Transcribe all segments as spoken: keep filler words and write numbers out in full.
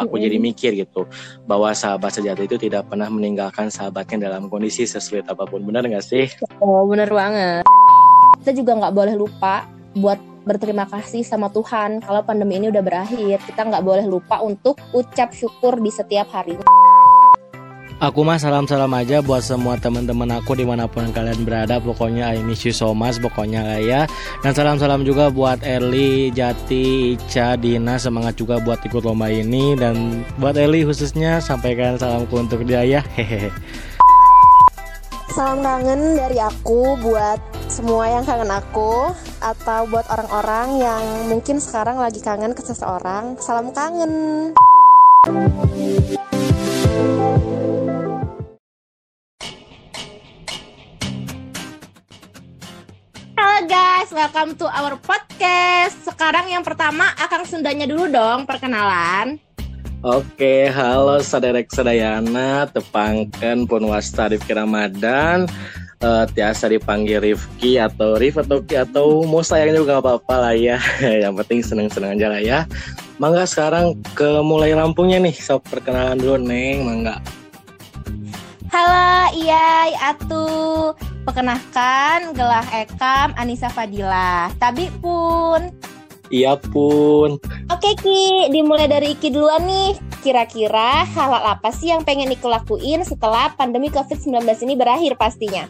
Aku jadi mikir gitu, bahwa sahabat sejati itu tidak pernah meninggalkan sahabatnya dalam kondisi sesulit apapun. Benar gak sih? Oh, benar banget. Kita juga gak boleh lupa buat berterima kasih sama Tuhan kalau pandemi ini udah berakhir. Kita gak boleh lupa untuk ucap syukur di setiap hari. Aku mah salam-salam aja buat semua teman-teman aku dimanapun kalian berada. Pokoknya I miss you so much, pokoknya lah ya. Dan salam-salam juga buat Erli, Jati, Ica, Dina. Semangat juga buat ikut lomba ini. Dan buat Erli khususnya, sampaikan salamku untuk dia ya. Hehehe. Salam kangen dari aku buat semua yang kangen aku, atau buat orang-orang yang mungkin sekarang lagi kangen ke seseorang. Salam kangen. Halo guys, welcome to our podcast. Sekarang yang pertama Akang Sundanya dulu dong perkenalan. Oke, halo saderek sadayana, tepangken pun wasta Rifki Ramadan. Uh, tiasa dipanggil Rifki atau Rif atau Ki atau mau sayang juga gak apa-apa lah ya. Yang penting seneng-seneng aja lah ya. Mangga sekarang ke mulai rampungnya nih. So perkenalan dulu Neng, mangga. Halo Iyai, Atu. Perkenalkan Gelah Ekam Anissa Fadilah. Tabi pun. Iya pun. Oke Ki, dimulai dari Iki duluan nih. Kira-kira hal-hal apa sih yang pengen Iki lakuin setelah pandemi covid sembilan belas ini berakhir pastinya?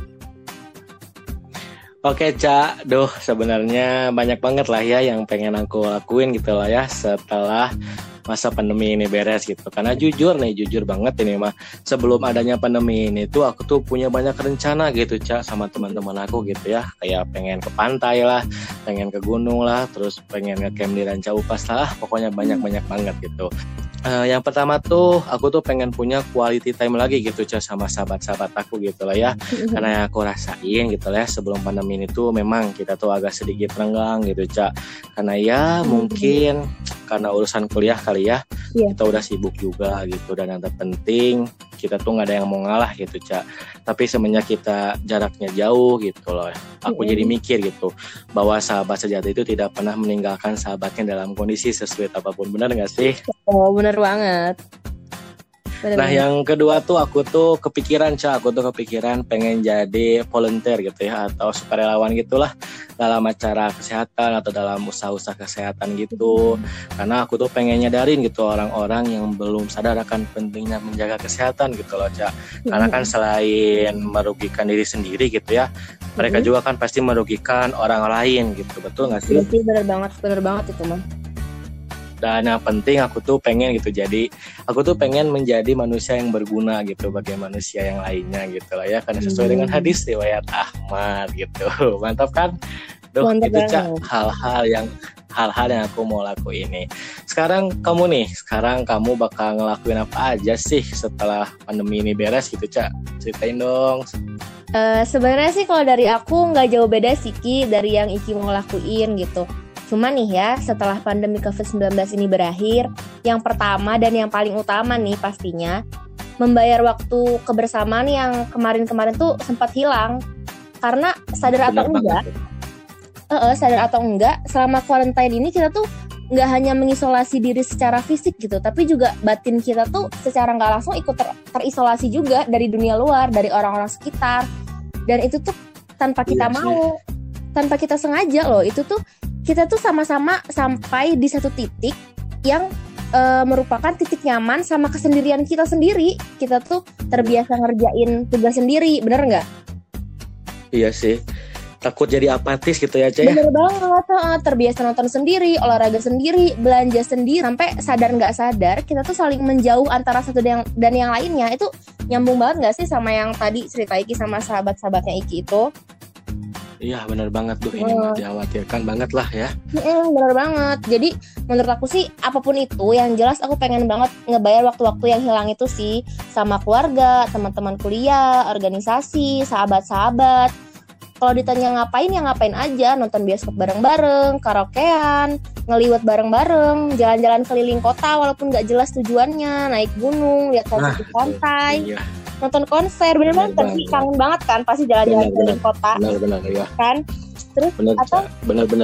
Oke Ca, duh sebenarnya banyak banget lah ya yang pengen aku lakuin gitu lah ya setelah masa pandemi ini beres gitu. Karena jujur nih, jujur banget ini mah, sebelum adanya pandemi ini tuh aku tuh punya banyak rencana gitu Ca sama teman-teman aku gitu ya. Kayak pengen ke pantai lah, pengen ke gunung lah, terus pengen nge-camp di Ranca Upas lah, pokoknya banyak-banyak banget gitu. Uh, yang pertama tuh aku tuh pengen punya quality time lagi gitu Ca sama sahabat-sahabat aku gitu lah ya. Karena yang aku rasain gitu lah ya, sebelum pandemi ini tuh memang kita tuh agak sedikit renggang gitu Ca. Karena ya mungkin karena urusan kuliah kali ya, yeah. Kita udah sibuk juga gitu. Dan yang terpenting kita tuh gak ada yang mau ngalah gitu Ca. Tapi semenjak kita jaraknya jauh gitu loh, aku mm-hmm. jadi mikir gitu, bahwa sahabat sejati itu tidak pernah meninggalkan sahabatnya dalam kondisi sesulit apapun. Benar gak sih? Oh benar banget. Bener nah banget. Yang kedua tuh aku tuh kepikiran Ca, aku tuh kepikiran pengen jadi volunteer gitu ya, atau sukarelawan gitulah dalam acara kesehatan atau dalam usaha-usaha kesehatan gitu. Karena aku tuh pengen nyadarin gitu orang-orang yang belum sadar akan pentingnya menjaga kesehatan gitu loh Ca. Karena kan selain merugikan diri sendiri gitu ya, mereka juga kan pasti merugikan orang lain gitu. Betul gak sih? Betul, bener banget, bener banget itu mah. Dan yang penting aku tuh pengen gitu, jadi aku tuh pengen menjadi manusia yang berguna gitu bagi manusia yang lainnya gitu lah ya, karena sesuai hmm. dengan hadis riwayat Ahmad gitu. Mantap kan? Duh, Mantap itu Ca, banget. hal-hal yang hal-hal yang aku mau lakuin ini. Sekarang kamu nih, sekarang kamu bakal ngelakuin apa aja sih setelah pandemi ini beres gitu Ca? Ceritain dong. Uh, sebenarnya sih kalau dari aku nggak jauh beda sih Ki dari yang Iki mau lakuin gitu. Cuma nih ya, setelah pandemi covid sembilan belas ini berakhir, yang pertama dan yang paling utama nih pastinya, membayar waktu kebersamaan yang kemarin-kemarin tuh sempat hilang. Karena sadar atau enggak, uh, sadar atau enggak, selama quarantine ini kita tuh nggak hanya mengisolasi diri secara fisik gitu, tapi juga batin kita tuh secara nggak langsung ikut ter- terisolasi juga dari dunia luar, dari orang-orang sekitar. Dan itu tuh tanpa kita iya, mau, sih. tanpa kita sengaja loh, itu tuh kita tuh sama-sama sampai di satu titik yang e, merupakan titik nyaman sama kesendirian kita sendiri. Kita tuh terbiasa ngerjain tugas sendiri, bener nggak? Iya sih, takut jadi apatis gitu ya Ca ya? Bener banget, terbiasa nonton sendiri, olahraga sendiri, belanja sendiri. Sampai sadar nggak sadar, kita tuh saling menjauh antara satu dan, dan yang lainnya. Itu nyambung banget nggak sih sama yang tadi cerita Iki sama sahabat-sahabatnya Iki itu? Iya benar banget tuh, ini oh. dikhawatirkan banget lah ya. Mm, benar banget. Jadi menurut aku sih apapun itu, yang jelas aku pengen banget ngebayar waktu-waktu yang hilang itu sih sama keluarga, teman-teman kuliah, organisasi, sahabat-sahabat. Kalau ditanya ngapain ya ngapain aja, nonton bioskop bareng-bareng, karaokean, ngeliwet bareng-bareng, jalan-jalan keliling kota walaupun nggak jelas tujuannya, naik gunung, lihat sunset di pantai. Iya. Nonton konser, bener banget kan sih, kangen banget kan pasti jalan-jalan keliling kota, benar-benar ya kan, terus bener, atau bener-bener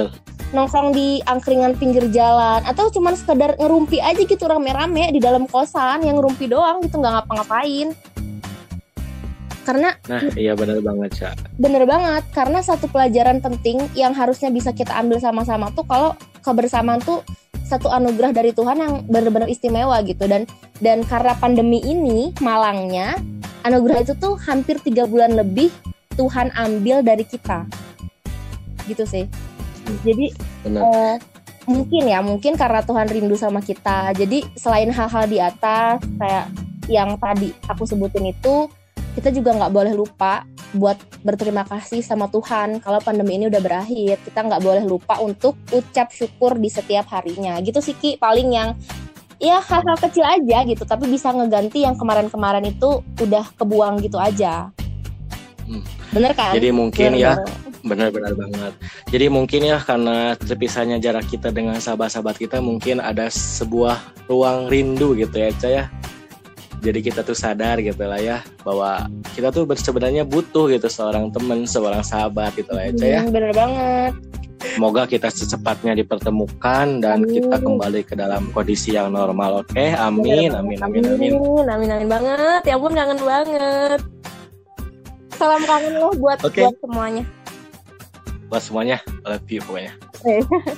nongkrong di angkringan pinggir jalan, atau cuman sekedar ngerumpi aja gitu rame-rame di dalam kosan, yang ngerumpi doang gitu, nggak ngapa-ngapain. Karena Nah iya benar banget Ca. bener banget, karena satu pelajaran penting yang harusnya bisa kita ambil sama-sama tuh kalau kebersamaan tuh satu anugerah dari Tuhan yang benar-benar istimewa gitu. Dan dan karena pandemi ini malangnya, anugerah itu tuh hampir tiga bulan lebih Tuhan ambil dari kita gitu sih. Jadi eh, mungkin ya mungkin karena Tuhan rindu sama kita, jadi selain hal-hal di atas kayak yang tadi aku sebutin itu, kita juga nggak boleh lupa buat berterima kasih sama Tuhan kalau pandemi ini udah berakhir. Kita nggak boleh lupa untuk ucap syukur di setiap harinya gitu sih Ki, paling yang ya hal-hal kecil aja gitu, tapi bisa ngeganti yang kemarin-kemarin itu udah kebuang gitu aja. Hmm. Bener kan? Jadi mungkin bener, ya bener. benar-benar banget. Jadi mungkin ya karena terpisahnya jarak kita dengan sahabat-sahabat kita, mungkin ada sebuah ruang rindu gitu ya Ca ya. Jadi kita tuh sadar gitu lah ya bahwa kita tuh sebenarnya butuh gitu seorang teman, seorang sahabat gitu lah ya Ca ya. Hmm, bener banget. Semoga kita secepatnya dipertemukan dan Amin. kita kembali ke dalam kondisi yang normal. Oke, amin, amin, amin, amin. Amin, amin banget. Ya ampun, kangen banget. Salam kangen loh buat Oke. buat semuanya. Buat semuanya, love you pokoknya. Eh.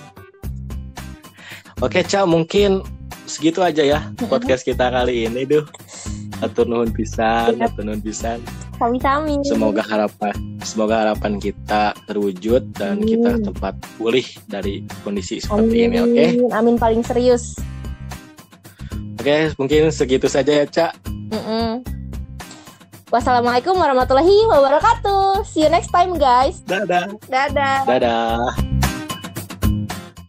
Oke, Ca, mungkin segitu aja ya podcast kita kali ini, duh. Atur nuhun pisan, atur nuhun pisan. Sami-sami. Semoga harapan semoga harapan kita terwujud dan Amin. kita cepat pulih dari kondisi seperti ini, oke? Amin paling serius. Oke, mungkin segitu saja ya, Ca. Mm-mm. Wassalamualaikum warahmatullahi wabarakatuh. See you next time guys. Dadah. Dadah. Dadah.